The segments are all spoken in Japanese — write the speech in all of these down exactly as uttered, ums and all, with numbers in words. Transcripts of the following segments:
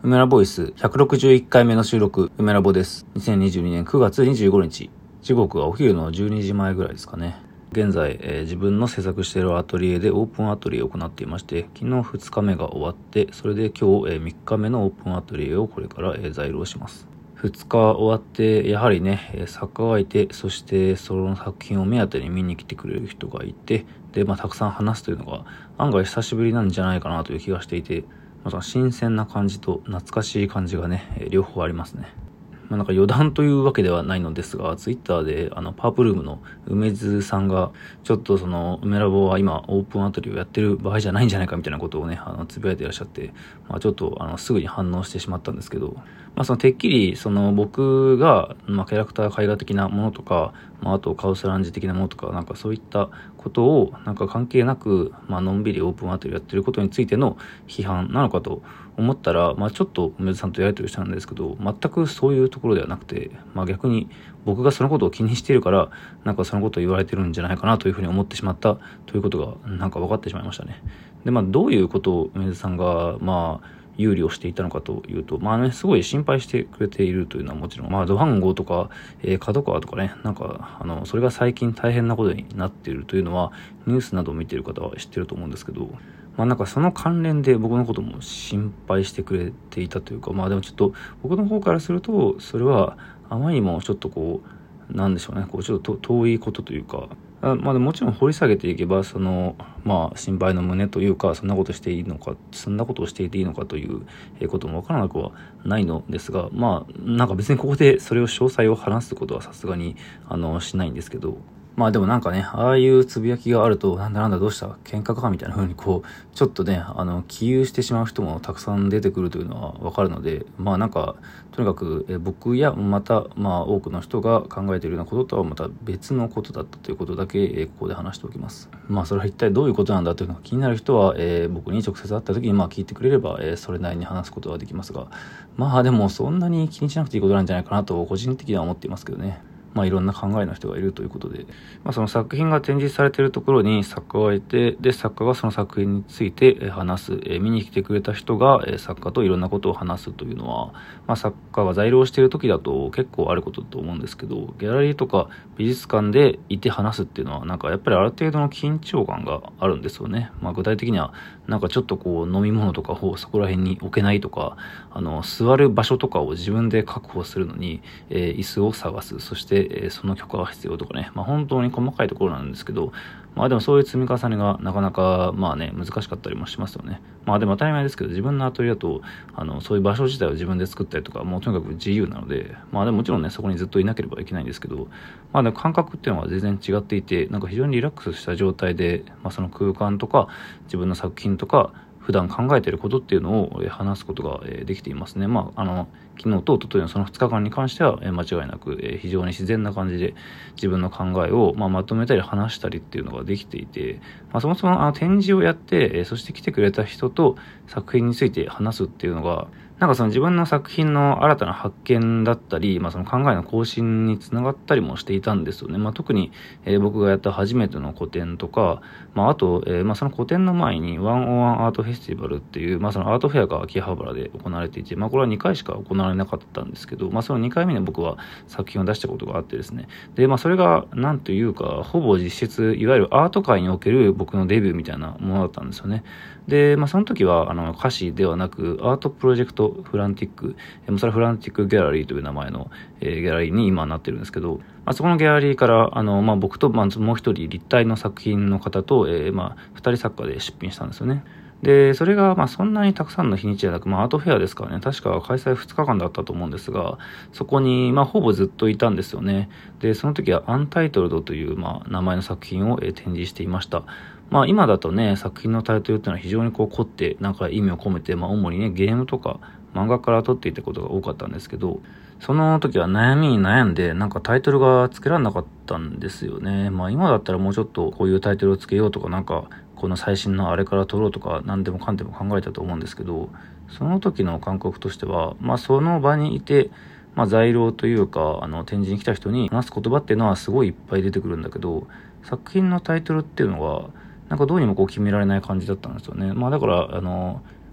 梅ラボイスひゃくろくじゅういっかいめの収録、梅ラボです。にせんにじゅうにねんくがつにじゅうごにち。時刻はお昼のじゅうにじまえぐらいですかね。現在、えー、自分の制作しているアトリエでオープンアトリエを行っていまして、昨日ふつかめが終わって、それで今日、えー、みっかめのオープンアトリエをこれから、えー、在庫します。ふつか終わって、やはりね、作家がいて、そしてその作品を目当てに見に来てくれる人がいて、で、まあ、たくさん話すというのが案外久しぶりなんじゃないかなという気がしていて、また新鮮な感じと懐かしい感じがね、両方ありますね。まあ、なんか余談というわけではないのですが、ツイッターであのパープルームの梅津さんがちょっとその梅ラボは今オープンアトリエをやってる場合じゃないんじゃないかみたいなことをね、あのつぶやいていらっしゃって、まあ、ちょっとあのすぐに反応してしまったんですけど、まあ、そのてっきりその僕が、まあ、キャラクター絵画的なものとか、まあ、あとカオスランジ的なものとか、なんかそういったことをなんか関係なく、まあのんびりオープンアトリエやってることについての批判なのかと思ったら、まあちょっと梅津さんとやりとりしたんですけど、全くそういうところではなくて、まあ逆に僕がそのことを気にしているから、なんかそのことを言われてるんじゃないかなというふうに思ってしまったということがなんか分かってしまいましたね。で、まあどういうことを梅津さんが、まあ有利をしていたのかというと、まあね、すごい心配してくれているというのはもちろん、まあ、ドワンゴとか、えー、角川とかね、なんか、あの、それが最近大変なことになっているというのは、ニュースなどを見ている方は知ってると思うんですけど、まあなんかその関連で僕のことも心配してくれていたというか、まあでもちょっと僕の方からすると、それはあまりにもちょっとこう、なんでしょうね、こうちょっと遠いことというか、あまあ、もちろん掘り下げていけばそのまあ心配の旨というか、そんなことしていいのかそんなことをしていていいのかということも分からなくはないのですが、まあなんか別にここでそれを詳細を話すことはさすがにあのしないんですけど、まあでもなんかね、ああいうつぶやきがあると、なんだなんだどうした喧嘩かみたいな風にこう、ちょっとね、あの、起憂してしまう人もたくさん出てくるというのはわかるので、まあなんか、とにかくえ僕やまた、まあ多くの人が考えているようなこととはまた別のことだったということだけ、えここで話しておきます。まあそれは一体どういうことなんだというのが気になる人は、えー、僕に直接会った時にまあ聞いてくれれば、えー、それなりに話すことはできますが、まあでもそんなに気にしなくていいことなんじゃないかなと個人的には思っていますけどね。まあいろんな考えの人がいるということで、まあその作品が展示されているところに作家がいて、で、作家がその作品について話す、えー、見に来てくれた人が、えー、作家といろんなことを話すというのは、まあ作家が在労している時だと結構あることだと思うんですけど、ギャラリーとか美術館でいて話すっていうのは、なんかやっぱりある程度の緊張感があるんですよね。まあ具体的には、なんかちょっとこう飲み物とかをそこら辺に置けないとか、あの、座る場所とかを自分で確保するのに、えー、椅子を探す、そしてえその許可が必要とかね、まあ本当に細かいところなんですけど、まあでもそういう積み重ねがなかなかまあね、難しかったりもしますよね。まあでも当たり前ですけど、自分のアトリエだと、あの、そういう場所自体を自分で作ったりとか、もうとにかく自由なので、まあでももちろんね、そこにずっといなければいけないんですけど、まあでも感覚っていうのは全然違っていて、なんか非常にリラックスした状態で、まあその空間とか、自分の作品とか、普段考えていることっていうのを話すことができていますね。まあ、あの、昨日と一昨日のそのふつかかんに関しては間違いなく非常に自然な感じで自分の考えをまあまとめたり話したりっていうのができていて、まあ、そもそもあの展示をやって、そして来てくれた人と作品について話すっていうのが、なんかその自分の作品の新たな発見だったり、まあその考えの更新につながったりもしていたんですよね。まあ特に、えー、僕がやった初めての個展とか、まああと、えー、まあその個展の前にワンオンワンアートフェスティバルっていう、まあそのアートフェアが秋葉原で行われていて、まあこれはにかいしか行われなかったんですけど、まあそのにかいめに僕は作品を出したことがあってですね。で、まあそれがなんというか、ほぼ実質、いわゆるアート界における僕のデビューみたいなものだったんですよね。で、まあその時は、あの歌詞ではなく、アートプロジェクトフランティック、えー、それはフランティックギャラリーという名前の、えー、ギャラリーに今なってるんですけど、まあ、そこのギャラリーから、あの、まあ、僕と、まあ、もう一人立体の作品の方と、えー、まあ、二人作家で出品したんですよね。で、それが、まあ、そんなにたくさんの日にちじゃなく、まあ、アートフェアですからね、確か開催ふつかかんだったと思うんですが、そこに、まあ、ほぼずっといたんですよね。で、その時はアンタイトルドという、まあ、名前の作品を、えー、展示していました。まあ、今だとね、作品のタイトルっていうのは非常にこう凝って、なんか意味を込めて、まあ、主にね、ゲームとか漫画から撮っていたことが多かったんですけど、その時は悩みに悩んで、なんかタイトルが付けられなかったんですよね。まあ今だったらもうちょっとこういうタイトルを付けようとか、なんかこの最新のあれから撮ろうとか、何でもかんでも考えたと思うんですけど、その時の感覚としては、まあその場にいて、まあ在廊というか、あの展示に来た人に話す言葉っていうのはすごいいっぱい出てくるんだけど、作品のタイトルっていうのは、なんかどうにもこう決められない感じだったんですよね。まあだから、あの、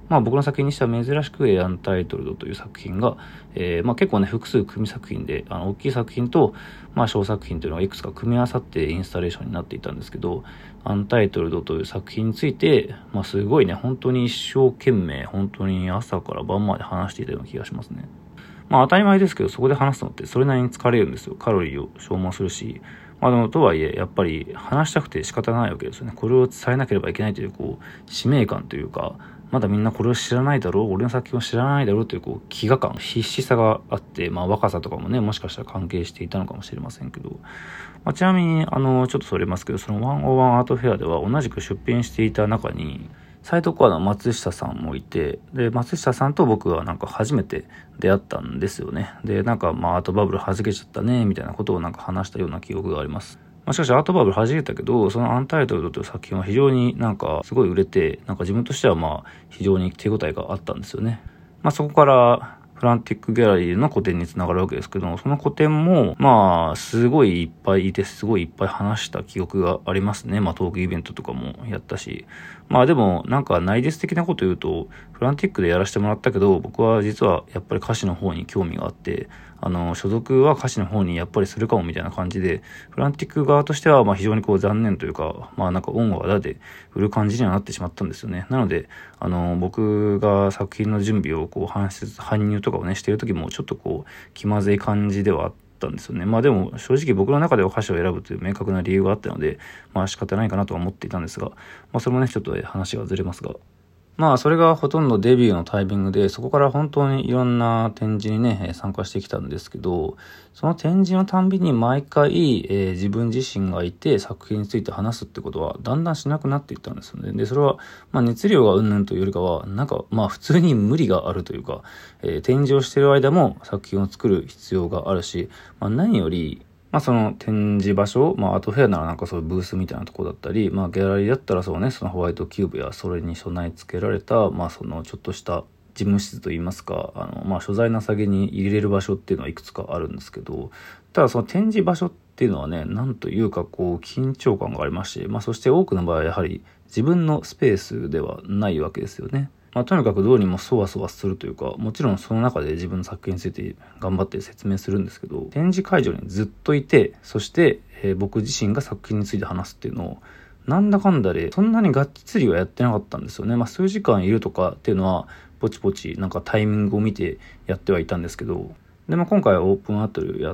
まあ僕の作品にしては珍しくアンタイトルドという作品が、えー、まあ結構ね、複数組作品で、あの、大きい作品と、まあ小作品というのがいくつか組み合わさってインスタレーションになっていたんですけど、アンタイトルドという作品について、まあすごいね、本当に一生懸命、本当に朝から晩まで話していたような気がしますね。まあ当たり前ですけど、そこで話すのってそれなりに疲れるんですよ。カロリーを消耗するし。まあでもとはいえ、やっぱり話したくて仕方ないわけですよね。これを伝えなければいけないという、こう、使命感というか、まだみんなこれを知らないだろう、俺の作品を知らないだろうという、こう、飢餓感、必死さがあって、まあ若さとかもね、もしかしたら関係していたのかもしれませんけど、まあ、ちなみに、あの、ちょっとそれますけど、そのワンオーワンアートフェアでは同じく出品していた中に、サイトコアの松下さんもいて、で、松下さんと僕はなんか初めて出会ったんですよね。で、なんかまあアートバブル弾けちゃったね、みたいなことをなんか話したような記憶があります。まあ、しかしアートバブル弾けたけど、そのアンタイトルドという作品は非常になんかすごい売れて、なんか自分としてはまあ非常に手応えがあったんですよね。まあそこからフランティックギャラリーの個展につながるわけですけども、その個展も、まあ、すごいいっぱいいて、すごいいっぱい話した記憶がありますね。まあ、トークイベントとかもやったし。まあでも、なんか内実的なこと言うと、フランティックでやらせてもらったけど、僕は実はやっぱり歌詞の方に興味があって、あの、所属は歌詞の方にやっぱりするかもみたいな感じで、フランティック側としては、まあ非常にこう残念というか、まあなんか恩をあだで売る感じにはなってしまったんですよね。なので、あの、僕が作品の準備をこう、搬出、搬入とかをね、している時もちょっとこう、気まずい感じではあったんですよね。まあでも、正直僕の中では歌詞を選ぶという明確な理由があったので、まあ仕方ないかなとは思っていたんですが、まあそれもね、ちょっと話がずれますが、まあそれがほとんどデビューのタイミングで、そこから本当にいろんな展示にね、参加してきたんですけど、その展示のたんびに毎回、えー、自分自身がいて作品について話すってことはだんだんしなくなっていったんですよね。で、それはまあ熱量がうんぬんというよりかは、なんかまあ普通に無理があるというか、えー、展示をしている間も作品を作る必要があるし、まあ何より、まあその展示場所、まあアートフェアならなんかそういうブースみたいなところだったり、まあギャラリーだったらそうね、そのホワイトキューブやそれに備え付けられた、まあそのちょっとした事務室といいますか、あの、まあ所在なさげに入れる場所っていうのはいくつかあるんですけど、ただその展示場所っていうのはね、なんというかこう緊張感がありまして、まあそして多くの場合はやはり自分のスペースではないわけですよね。まあ、とにかくどうにもそわそわするというか、もちろんその中で自分の作品について頑張って説明するんですけど、展示会場にずっといて、そして、えー、僕自身が作品について話すっていうのを、なんだかんだでそんなにがっつりはやってなかったんですよね。まあ数時間いるとかっていうのは、ポチポチなんかタイミングを見てやってはいたんですけど、で、まあ今回はオープンアトリエをやって、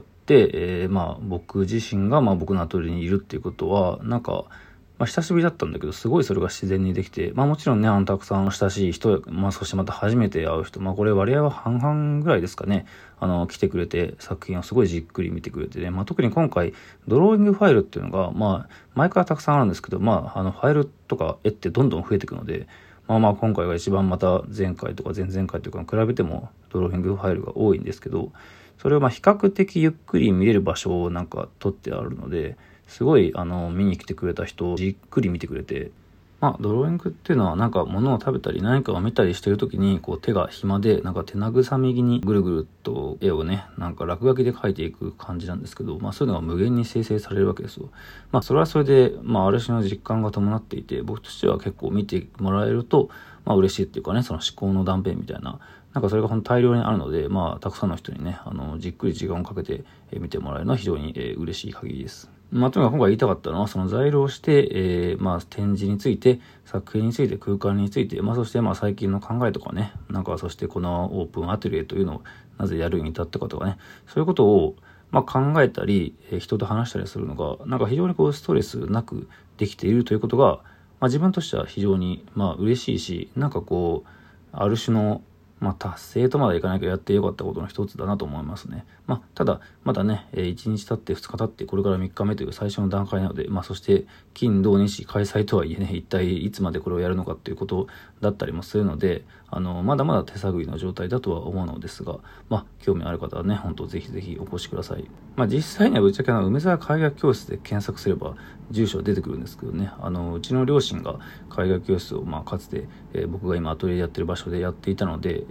えー、まあ僕自身がまあ僕のアトリエにいるっていうことは、なんか、まあ、久しぶりだったんだけど、すごいそれが自然にできて、まあもちろんね、あの、たくさん親しい人、まあそしてまた初めて会う人、まあこれ割合は半々ぐらいですかね、あの、来てくれて、作品をすごいじっくり見てくれてね、まあ特に今回、ドローイングファイルっていうのが、まあ、前からたくさんあるんですけど、まあ、あの、ファイルとか絵ってどんどん増えていくので、まあまあ今回が一番また前回とか前々回とかに比べても、ドローイングファイルが多いんですけど、それをまあ比較的ゆっくり見れる場所をなんか取ってあるので、すごいあの見に来てくれた人をじっくり見てくれて、まあドローイングっていうのはなんか物を食べたり何かを見たりしてる時にこう手が暇でなんか手慰み気にぐるぐるっと絵をねなんか落書きで描いていく感じなんですけど、まあそういうのが無限に生成されるわけですよ。まあそれはそれでまあある種の実感が伴っていて、僕としては結構見てもらえるとまあ嬉しいっていうかね、その思考の断片みたいななんかそれが本当大量にあるので、まあたくさんの人にねあのじっくり時間をかけて見てもらえるのは非常に嬉しい限りです。まあ、とにかく今回言いたかったのは、その材料をして、えー、まあ、展示について、作品について、空間について、まあ、そして、まあ、最近の考えとかね、なんか、そして、このオープンアトリエというのをなぜやるに至ったかとかね、そういうことを、まあ、考えたり、えー、人と話したりするのが、なんか非常にこう、ストレスなくできているということが、まあ、自分としては非常に、まあ、嬉しいし、なんかこう、ある種の、まあ達成とまでいかないけどやってよかったことの一つだなと思いますね。まあただまだね、いちにち経ってふつか経ってこれからみっかめという最初の段階なので、まあそして金土日開催とはいえね、一体いつまでこれをやるのかっていうことだったりもするので、あのまだまだ手探りの状態だとは思うのですが、まあ興味ある方はね、本当ぜひぜひお越しください。まあ実際にはぶっちゃけあの梅沢絵画教室で検索すれば住所は出てくるんですけどね、あのうちの両親が絵画教室をまあかつて、えー、僕が今アトリエでやってる場所でやっていたので、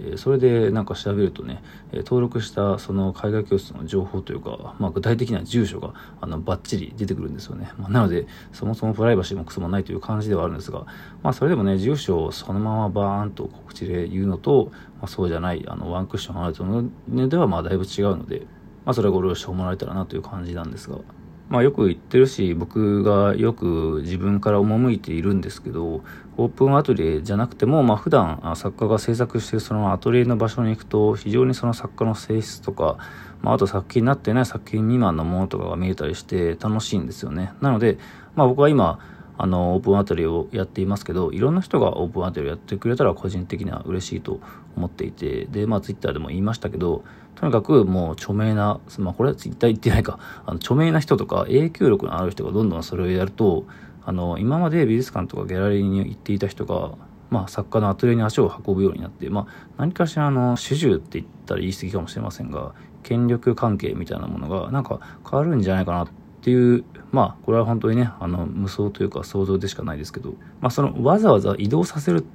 えー、それでなんか調べるとね、えー、登録したその海外教室の情報というか、まあ具体的な住所があのバッチリ出てくるんですよね。まあ、なので、そもそもプライバシーもクソもないという感じではあるんですが、まあそれでもね、住所をそのままバーンと告知で言うのと、まあ、そうじゃない、あの、ワンクッションあるのではまあだいぶ違うので、まあそれはご了承もらえたらなという感じなんですが、まあよく言ってるし、僕がよく自分から赴いているんですけど、オープンアトリエじゃなくても、まあ普段作家が制作しているそのアトリエの場所に行くと、非常にその作家の性質とか、まああと作品になってない作品未満のものとかが見えたりして楽しいんですよね。なので、まあ僕は今、あの、オープンアトリエをやっていますけど、いろんな人がオープンアトリエをやってくれたら個人的には嬉しいと思っていて、で、まあツイッターでも言いましたけど、とにかくもう著名な、まあこれはツイッター言ってないか、あの著名な人とか影響力のある人がどんどんそれをやると、あの、今まで美術館とかギャラリーに行っていた人が、まあ作家のアトリエに足を運ぶようになって、まあ何かしらの主従って言ったら言い過ぎかもしれませんが、権力関係みたいなものがなんか変わるんじゃないかなっていう、まあこれは本当にね、あの無双というか想像でしかないですけど、まあそのわざわざ移動させるって、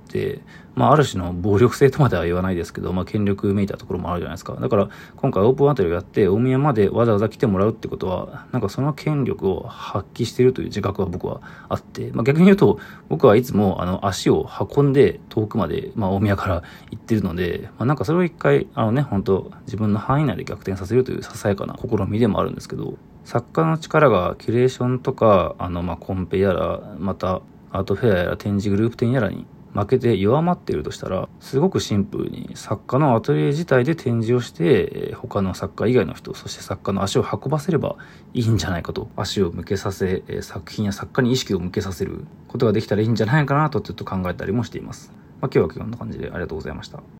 まあある種の暴力性とまでは言わないですけど、まあ権力めいたところもあるじゃないですか。だから今回オープンアトリエをやって大宮までわざわざ来てもらうってことは、なんかその権力を発揮しているという自覚は僕はあって、まあ逆に言うと僕はいつもあの足を運んで遠くまで、まあ大宮から行ってるので、まあなんかそれを一回あのね、本当自分の範囲内で逆転させるというささやかな試みでもあるんですけど、作家の力がキュレーションとか、あの、まあ、コンペやら、また、アートフェアやら展示グループ展やらに負けて弱まっているとしたら、すごくシンプルに作家のアトリエ自体で展示をして、他の作家以外の人、そして作家の足を運ばせればいいんじゃないかと、足を向けさせ、作品や作家に意識を向けさせることができたらいいんじゃないかなとちょっと考えたりもしています。まあ、今日はこんな感じでありがとうございました。